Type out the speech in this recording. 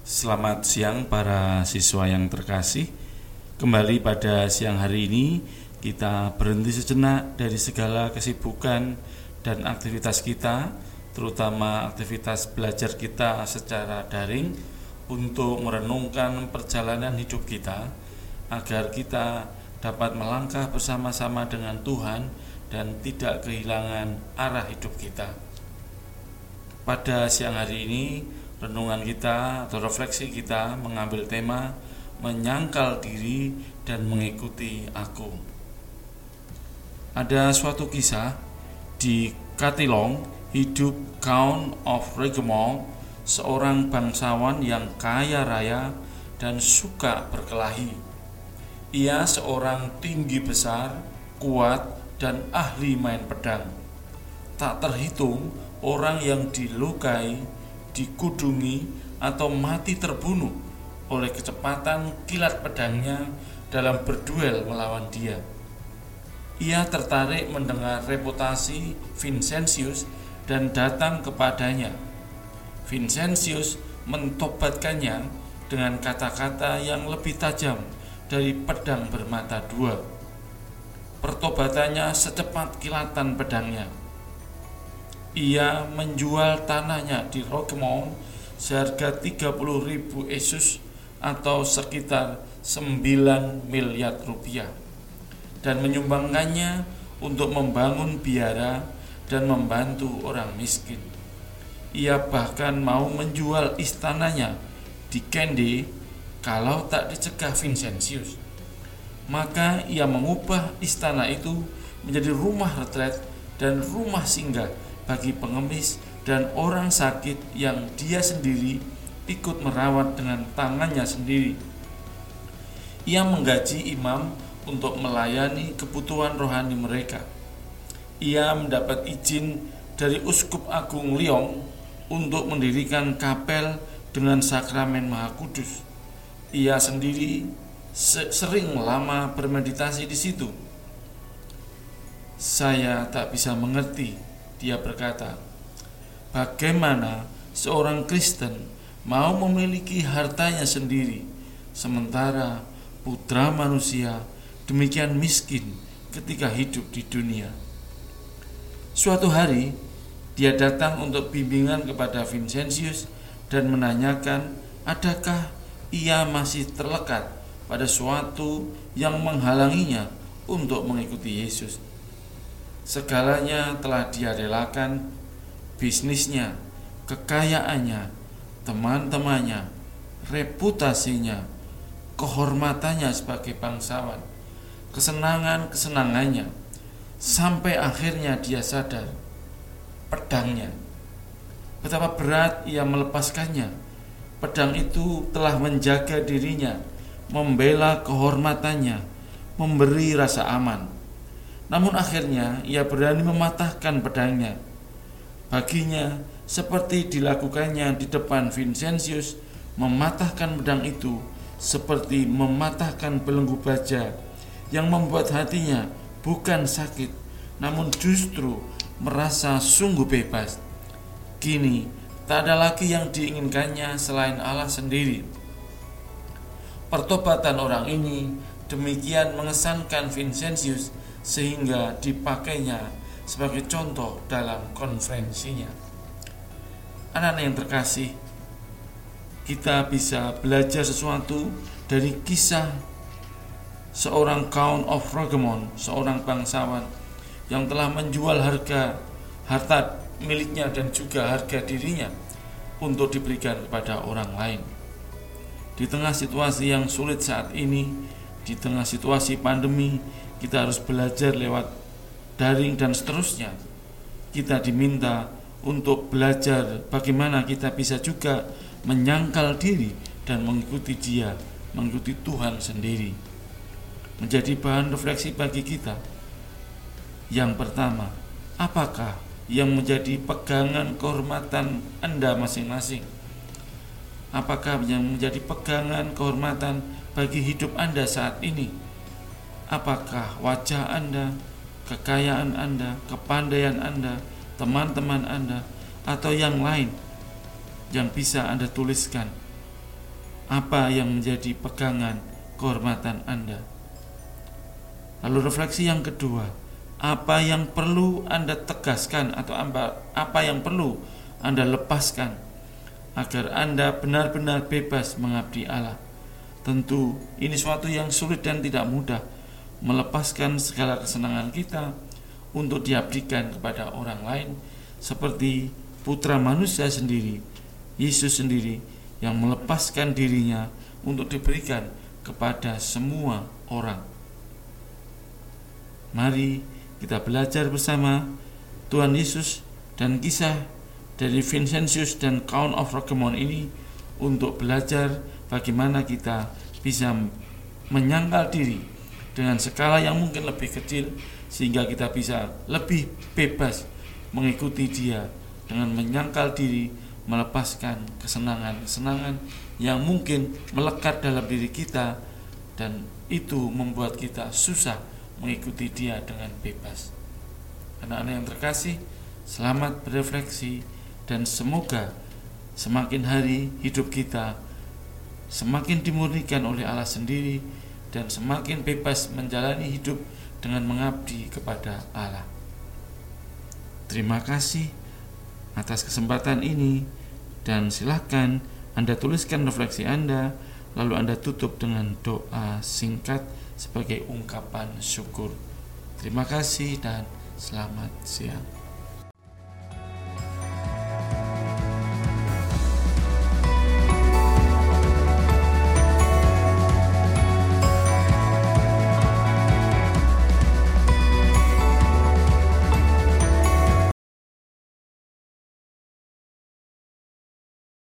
Selamat siang para siswa yang terkasih. Kembali pada siang hari ini kita berhenti sejenak dari segala kesibukan dan aktivitas kita, terutama aktivitas belajar kita secara daring, untuk merenungkan perjalanan hidup kita agar kita dapat melangkah bersama-sama dengan Tuhan dan tidak kehilangan arah hidup kita. Pada siang hari ini renungan kita atau refleksi kita mengambil tema menyangkal diri dan mengikuti aku. Ada suatu kisah di Katilong, hidup Count of Rougemont, seorang bangsawan yang kaya raya dan suka berkelahi. Ia seorang tinggi besar, kuat, dan ahli main pedang. Tak terhitung orang yang dilukai, dikudungi, atau mati terbunuh oleh kecepatan kilat pedangnya dalam berduel melawan dia. Ia tertarik mendengar reputasi Vincentius dan datang kepadanya. Vincentius mentobatkannya dengan kata-kata yang lebih tajam dari pedang bermata dua. Pertobatannya secepat kilatan pedangnya. Ia menjual tanahnya di Rougemont seharga 30.000 esus atau sekitar 9 miliar rupiah dan menyumbangkannya untuk membangun biara dan membantu orang miskin. Ia bahkan mau menjual istananya di Kandy kalau tak dicegah Vincentius. Maka ia mengubah istana itu menjadi rumah retret dan rumah singgah bagi pengemis dan orang sakit yang dia sendiri ikut merawat dengan tangannya sendiri. Ia menggaji imam untuk melayani kebutuhan rohani mereka. Ia mendapat izin dari Uskup Agung Lyon untuk mendirikan kapel dengan sakramen Maha Kudus. Ia sendiri sering lama bermeditasi di situ. Saya tak bisa mengerti, dia berkata, bagaimana seorang Kristen mau memiliki hartanya sendiri, sementara putra manusia demikian miskin ketika hidup di dunia. Suatu hari, dia datang untuk bimbingan kepada Vincentius dan menanyakan adakah ia masih terlekat pada suatu yang menghalanginya untuk mengikuti Yesus. Segalanya telah dia relakan, bisnisnya, kekayaannya, teman-temannya, reputasinya, kehormatannya sebagai bangsawan, kesenangannya, sampai akhirnya dia sadar pedangnya. Betapa berat ia melepaskannya. Pedang itu telah menjaga dirinya, membela kehormatannya, memberi rasa aman. Namun akhirnya ia berani mematahkan pedangnya. Baginya, seperti dilakukannya di depan Vincentius, mematahkan pedang itu seperti mematahkan belenggu baja yang membuat hatinya bukan sakit, namun justru merasa sungguh bebas. Kini, tak ada lagi yang diinginkannya selain Allah sendiri. Pertobatan orang ini demikian mengesankan Vincentius sehingga dipakainya sebagai contoh dalam konferensinya. Anak-anak yang terkasih, kita bisa belajar sesuatu dari kisah seorang Count of Rougemont, seorang bangsawan yang telah menjual harta miliknya dan juga harga dirinya untuk diberikan kepada orang lain. Di tengah situasi yang sulit saat ini, di tengah situasi pandemi, kita harus belajar lewat daring dan seterusnya. Kita diminta untuk belajar bagaimana kita bisa juga menyangkal diri dan mengikuti Dia, mengikuti Tuhan sendiri. Menjadi bahan refleksi bagi kita. Yang pertama, apakah yang menjadi pegangan kehormatan Anda masing-masing? Apakah yang menjadi pegangan kehormatan bagi hidup Anda saat ini? Apakah wajah Anda, kekayaan Anda, kepandaian Anda, teman-teman Anda, atau yang lain yang bisa Anda tuliskan apa yang menjadi pegangan kehormatan Anda? Lalu refleksi yang kedua, apa yang perlu Anda tegaskan atau apa yang perlu Anda lepaskan agar Anda benar-benar bebas mengabdi Allah? Tentu ini suatu yang sulit dan tidak mudah, melepaskan segala kesenangan kita untuk diabdikan kepada orang lain, seperti putra manusia sendiri, Yesus sendiri, yang melepaskan dirinya untuk diberikan kepada semua orang. Mari kita belajar bersama Tuhan Yesus dan kisah dari Vincentius dan Count of Roquemont ini untuk belajar bagaimana kita bisa menyangkal diri dengan skala yang mungkin lebih kecil, sehingga kita bisa lebih bebas mengikuti Dia dengan menyangkal diri, melepaskan kesenangan-kesenangan yang mungkin melekat dalam diri kita, dan itu membuat kita susah mengikuti Dia dengan bebas. Anak-anak yang terkasih, selamat berefleksi, dan semoga semakin hari hidup kita semakin dimurnikan oleh Allah sendiri dan semakin bebas menjalani hidup dengan mengabdi kepada Allah. Terima kasih atas kesempatan ini, dan silakan Anda tuliskan refleksi Anda, lalu Anda tutup dengan doa singkat sebagai ungkapan syukur. Terima kasih dan selamat siang.